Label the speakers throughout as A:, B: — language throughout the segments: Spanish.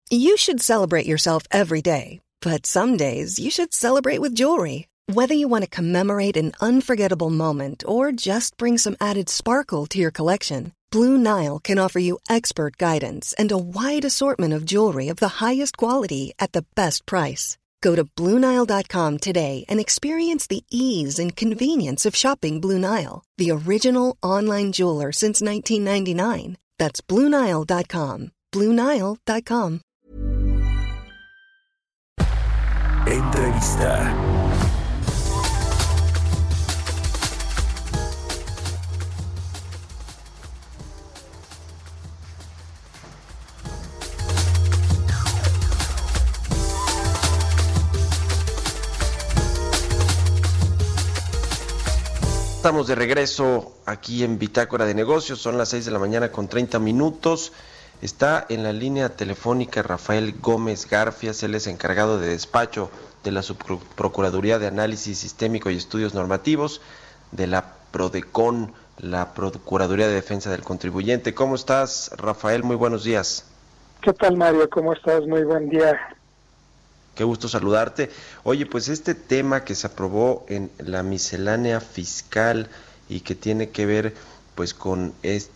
A: You should celebrate yourself every day, but some days you should celebrate with jewelry. Whether you want to commemorate an unforgettable moment or just bring some added sparkle to your collection, Blue Nile can offer you expert guidance and a wide assortment of jewelry of the highest quality at the best price. Go to BlueNile.com today and experience the ease and convenience of shopping Blue Nile, the original online jeweler since 1999. That's BlueNile.com. BlueNile.com.
B: Entrevista.
C: Estamos de regreso aquí en Bitácora de Negocios, son las 6 de la mañana con 30 minutos. Está en la línea telefónica Rafael Gómez Garfias, él es encargado de despacho de la Subprocuraduría de Análisis Sistémico y Estudios Normativos de la PRODECON, la Procuraduría de Defensa del Contribuyente. ¿Cómo estás, Rafael? Muy buenos días.
D: ¿Qué tal, Mario? ¿Cómo estás? Muy buen día.
C: Qué gusto saludarte. Oye, pues este tema que se aprobó en la miscelánea fiscal y que tiene que ver pues con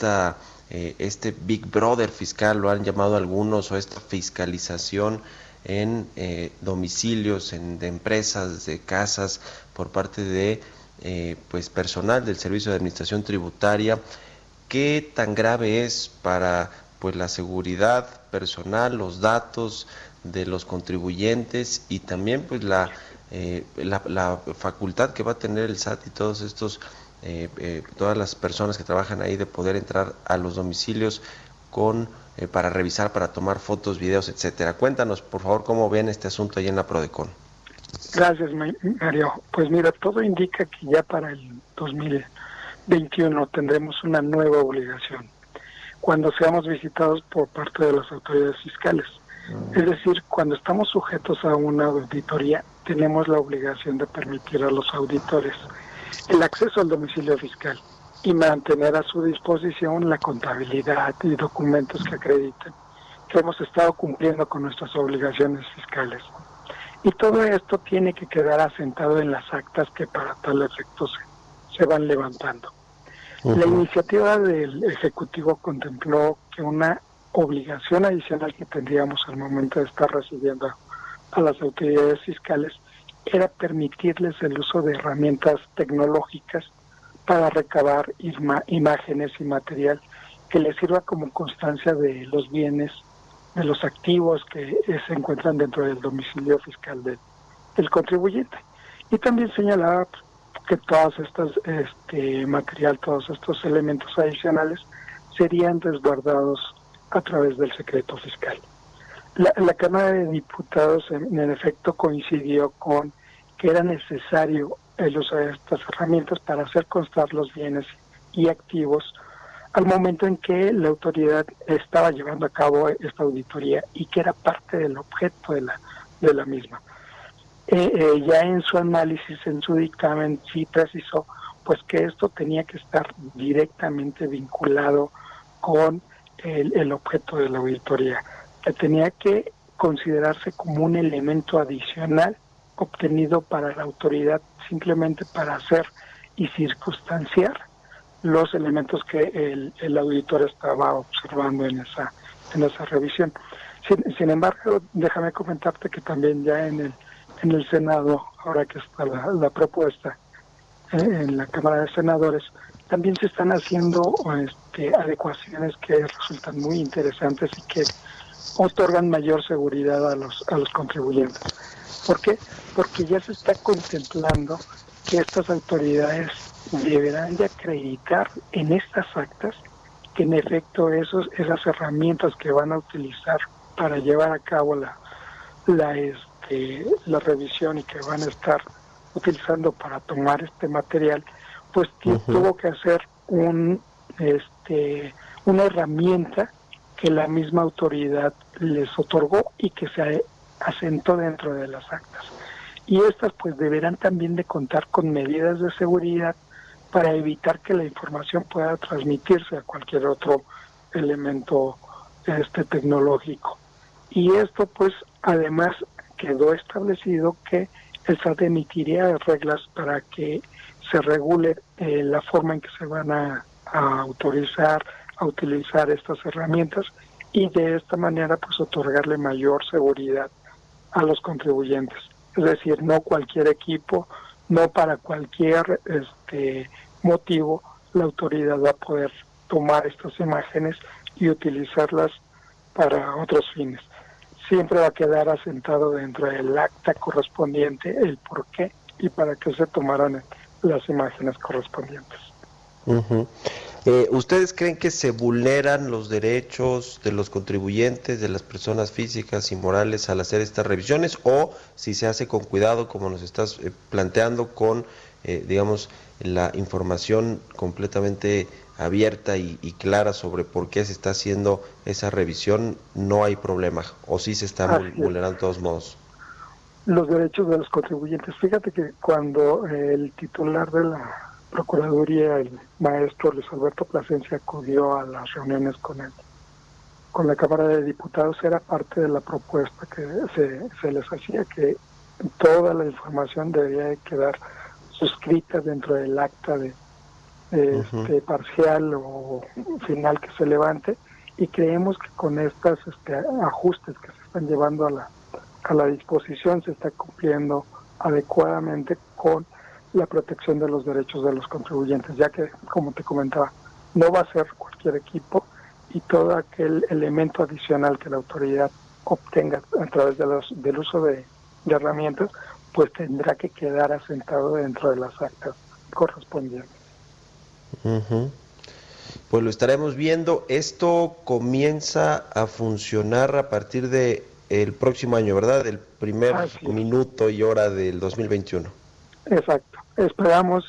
C: este Big Brother fiscal, lo han llamado algunos, o esta fiscalización en domicilios, de empresas, de casas, por parte de pues personal del Servicio de Administración Tributaria. ¿Qué tan grave es para pues la seguridad personal, los datos de los contribuyentes y también pues la facultad que va a tener el SAT y todos estos todas las personas que trabajan ahí de poder entrar a los domicilios para revisar, para tomar fotos, videos, etcétera? Cuéntanos, por favor, cómo ven este asunto ahí en la PRODECON.
D: Gracias, Mario. Pues mira, todo indica que ya para el 2021 tendremos una nueva obligación cuando seamos visitados por parte de las autoridades fiscales. Es decir, cuando estamos sujetos a una auditoría, tenemos la obligación de permitir a los auditores el acceso al domicilio fiscal y mantener a su disposición la contabilidad y documentos que acrediten que hemos estado cumpliendo con nuestras obligaciones fiscales. Y todo esto tiene que quedar asentado en las actas que para tal efecto se van levantando. Uh-huh. La iniciativa del Ejecutivo contempló que una obligación adicional que tendríamos al momento de estar recibiendo a las autoridades fiscales era permitirles el uso de herramientas tecnológicas para recabar imágenes y material que les sirva como constancia de los bienes, de los activos que se encuentran dentro del domicilio fiscal del contribuyente. Y también señalaba que todas estas material, todos estos elementos adicionales serían resguardados a través del secreto fiscal. La Cámara de Diputados en efecto coincidió con que era necesario el uso de estas herramientas para hacer constar los bienes y activos al momento en que la autoridad estaba llevando a cabo esta auditoría y que era parte del objeto de la misma. Ya en su análisis, en su dictamen, sí precisó pues que esto tenía que estar directamente vinculado con el objeto de la auditoría, que tenía que considerarse como un elemento adicional obtenido para la autoridad simplemente para hacer y circunstanciar los elementos que el auditor estaba observando en esa revisión. Sin embargo, déjame comentarte que también ya en el Senado, ahora que está la propuesta en la Cámara de Senadores, también se están haciendo adecuaciones que resultan muy interesantes y que otorgan mayor seguridad a los contribuyentes. ¿Por qué? Porque ya se está contemplando que estas autoridades deberán de acreditar en estas actas que en efecto esas herramientas que van a utilizar para llevar a cabo la revisión y que van a estar utilizando para tomar este material, pues tuvo que hacer una herramienta que la misma autoridad les otorgó y que se asentó dentro de las actas. Y estas pues deberán también de contar con medidas de seguridad para evitar que la información pueda transmitirse a cualquier otro elemento tecnológico. Y esto pues además quedó establecido que el SAT emitiría reglas para que se regule la forma en que se van a autorizar a utilizar estas herramientas y de esta manera pues otorgarle mayor seguridad a los contribuyentes. Es decir, no cualquier equipo, no para cualquier motivo la autoridad va a poder tomar estas imágenes y utilizarlas para otros fines. Siempre va a quedar asentado dentro del acta correspondiente el por qué y para qué se tomaron las imágenes correspondientes.
C: Uh-huh. ¿Ustedes creen que se vulneran los derechos de los contribuyentes, de las personas físicas y morales al hacer estas revisiones, o si se hace con cuidado, como nos estás planteando, con, digamos, la información completamente abierta y clara sobre por qué se está haciendo esa revisión, no hay problema, o sí se están vulnerando de todos modos?
D: Los derechos de los contribuyentes. Fíjate que cuando el titular de la Procuraduría, el maestro Luis Alberto Plasencia, acudió a las reuniones con la Cámara de Diputados, era parte de la propuesta que se les hacía, que toda la información debería quedar suscrita dentro del acta de parcial o final que se levante, y creemos que con estos ajustes que se están llevando a la disposición se está cumpliendo adecuadamente con la protección de los derechos de los contribuyentes, ya que, como te comentaba, no va a ser cualquier equipo, y todo aquel elemento adicional que la autoridad obtenga a través del uso de herramientas, pues tendrá que quedar asentado dentro de las actas correspondientes.
C: Uh-huh. Pues lo estaremos viendo. Esto comienza a funcionar a partir de el próximo año, ¿verdad? El primer minuto y hora del 2021.
D: Exacto. Esperamos,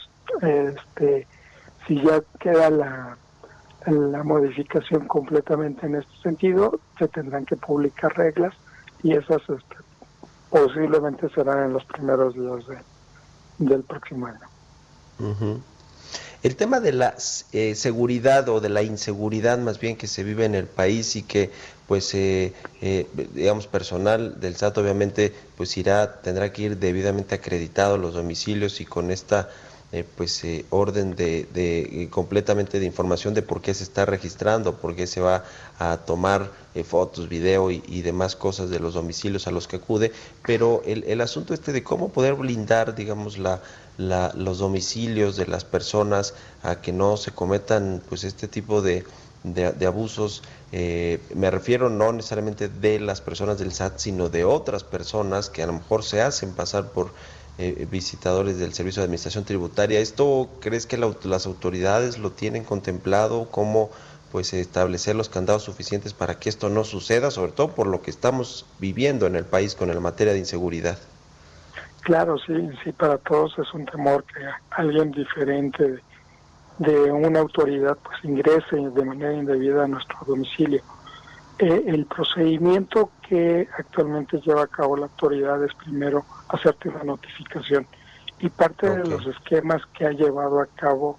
D: si ya queda la modificación completamente en este sentido, se tendrán que publicar reglas, y esas posiblemente serán en los primeros días del próximo año.
C: Uh-huh. El tema de la seguridad, o de la inseguridad más bien, que se vive en el país, y que pues digamos, personal del SAT obviamente pues tendrá que ir debidamente acreditado a los domicilios, y con esta orden de completamente de información de por qué se está registrando, por qué se va a tomar fotos, video y demás cosas de los domicilios a los que acude. Pero el asunto de cómo poder blindar, digamos, los domicilios de las personas a que no se cometan pues este tipo de abusos, me refiero no necesariamente de las personas del SAT, sino de otras personas que a lo mejor se hacen pasar por visitadores del Servicio de Administración Tributaria. ¿Esto crees que las autoridades lo tienen contemplado? ¿Cómo pues establecer los candados suficientes para que esto no suceda, sobre todo por lo que estamos viviendo en el país con la materia de inseguridad?
D: Claro, sí, para todos es un temor que alguien diferente de una autoridad pues ingrese de manera indebida a nuestro domicilio. El procedimiento que actualmente lleva a cabo la autoridad es primero hacerte una notificación, y parte de los esquemas que ha llevado a cabo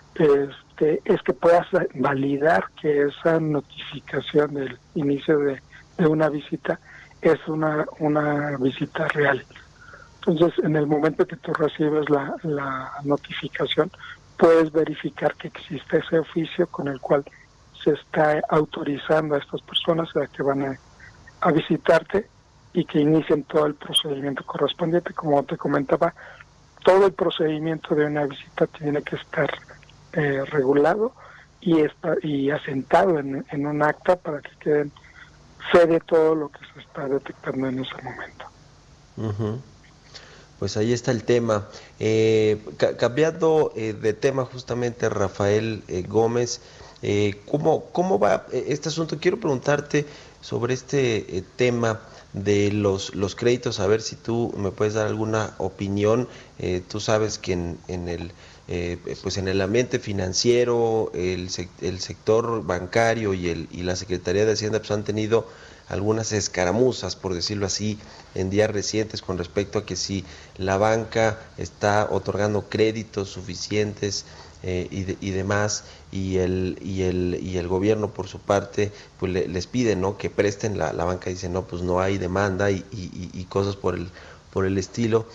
D: es que puedas validar que esa notificación del inicio de una visita es una visita real. Entonces, en el momento que tú recibes la notificación, puedes verificar que existe ese oficio con el cual se está autorizando a estas personas a que van a visitarte, y que inicien todo el procedimiento correspondiente. Como te comentaba, todo el procedimiento de una visita tiene que estar regulado y asentado en un acta para que queden fe de todo lo que se está detectando en ese momento.
C: Uh-huh. Pues ahí está el tema. Cambiando de tema justamente, Rafael Gómez, ¿cómo va este asunto? Quiero preguntarte sobre este tema de los créditos, a ver si tú me puedes dar alguna opinión. Tú sabes que en el ambiente financiero, el sector bancario y la Secretaría de Hacienda pues han tenido algunas escaramuzas, por decirlo así, en días recientes con respecto a que si la banca está otorgando créditos suficientes y demás, y el gobierno por su parte pues les pide, ¿no?, que presten. La banca dice no, pues no hay demanda y cosas por el estilo.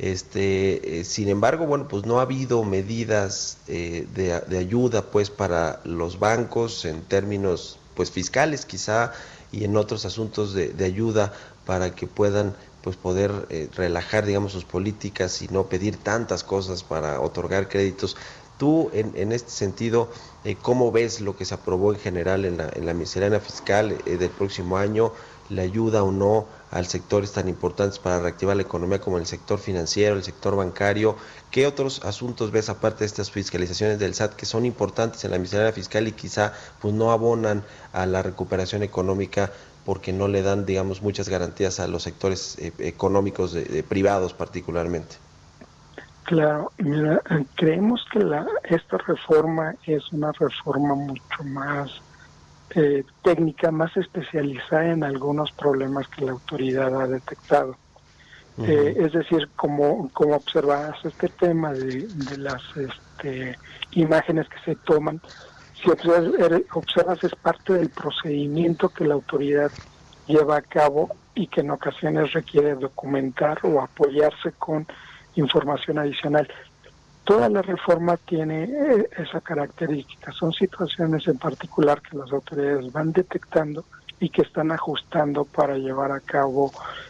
C: Sin embargo, bueno, pues no ha habido medidas de ayuda pues para los bancos en términos pues fiscales quizá, y en otros asuntos de ayuda para que puedan pues poder relajar, digamos, sus políticas y no pedir tantas cosas para otorgar créditos. Tú, en este sentido, ¿cómo ves lo que se aprobó en general en la miscelánea fiscal del próximo año? ¿Le ayuda o no al sectores tan importantes para reactivar la economía como el sector financiero, el sector bancario? ¿Qué otros asuntos ves aparte de estas fiscalizaciones del SAT que son importantes en la miscelánea fiscal y quizá pues no abonan a la recuperación económica porque no le dan, digamos, muchas garantías a los sectores económicos privados particularmente?
D: Claro, mira, creemos que esta reforma es una reforma mucho más técnica, más especializada en algunos problemas que la autoridad ha detectado. Uh-huh. Es decir, como observas este tema de las imágenes que se toman, si observas es parte del procedimiento que la autoridad lleva a cabo y que en ocasiones requiere documentar o apoyarse con información adicional. Toda la reforma tiene esa característica. Son situaciones en particular que las autoridades van detectando y que están ajustando para llevar a cabo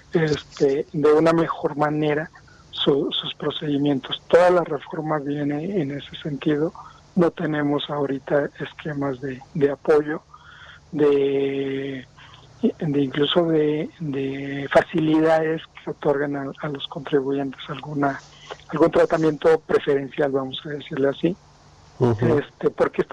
D: de una mejor manera sus procedimientos. Toda la reforma viene en ese sentido. No tenemos ahorita esquemas de apoyo, de incluso de facilidades que otorgan a los contribuyentes algún tratamiento preferencial, vamos a decirle así. Uh-huh. Porque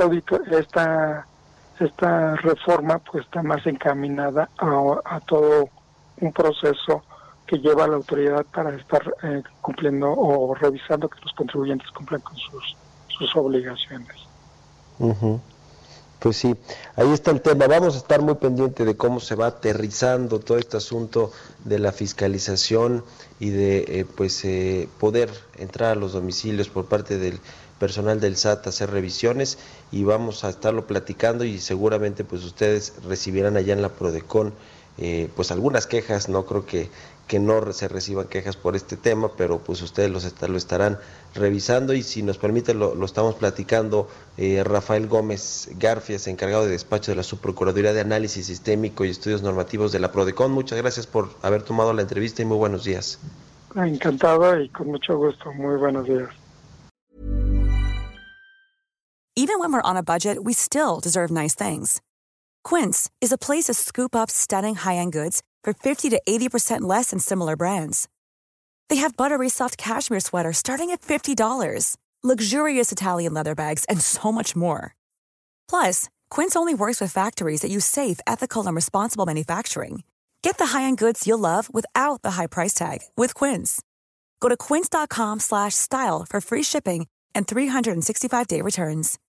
D: esta reforma pues está más encaminada a todo un proceso que lleva a la autoridad para estar cumpliendo o revisando que los contribuyentes cumplan con sus obligaciones.
C: Uh-huh. Pues sí, ahí está el tema. Vamos a estar muy pendiente de cómo se va aterrizando todo este asunto de la fiscalización y de poder entrar a los domicilios por parte del personal del SAT a hacer revisiones, y vamos a estarlo platicando, y seguramente pues ustedes recibirán allá en la Prodecon pues algunas quejas. No creo que no se reciban quejas por este tema, pero pues ustedes lo estarán revisando, y si nos permite lo estamos platicando. Rafael Gómez Garfias, encargado de despacho de la Subprocuraduría de Análisis Sistémico y Estudios Normativos de la Prodecon, muchas gracias por haber tomado la entrevista y muy buenos días.
D: Encantado y con mucho gusto. Muy buenos días.
B: Even when we're on a budget, we still deserve nice things. Quince is a place to scoop up stunning high-end goods for 50 to 80% less than similar brands. They have buttery soft cashmere sweaters starting at $50, luxurious Italian leather bags, and so much more. Plus, Quince only works with factories that use safe, ethical, and responsible manufacturing. Get the high-end goods you'll love without the high price tag with Quince. Go to quince.com/style for free shipping and 365-day returns.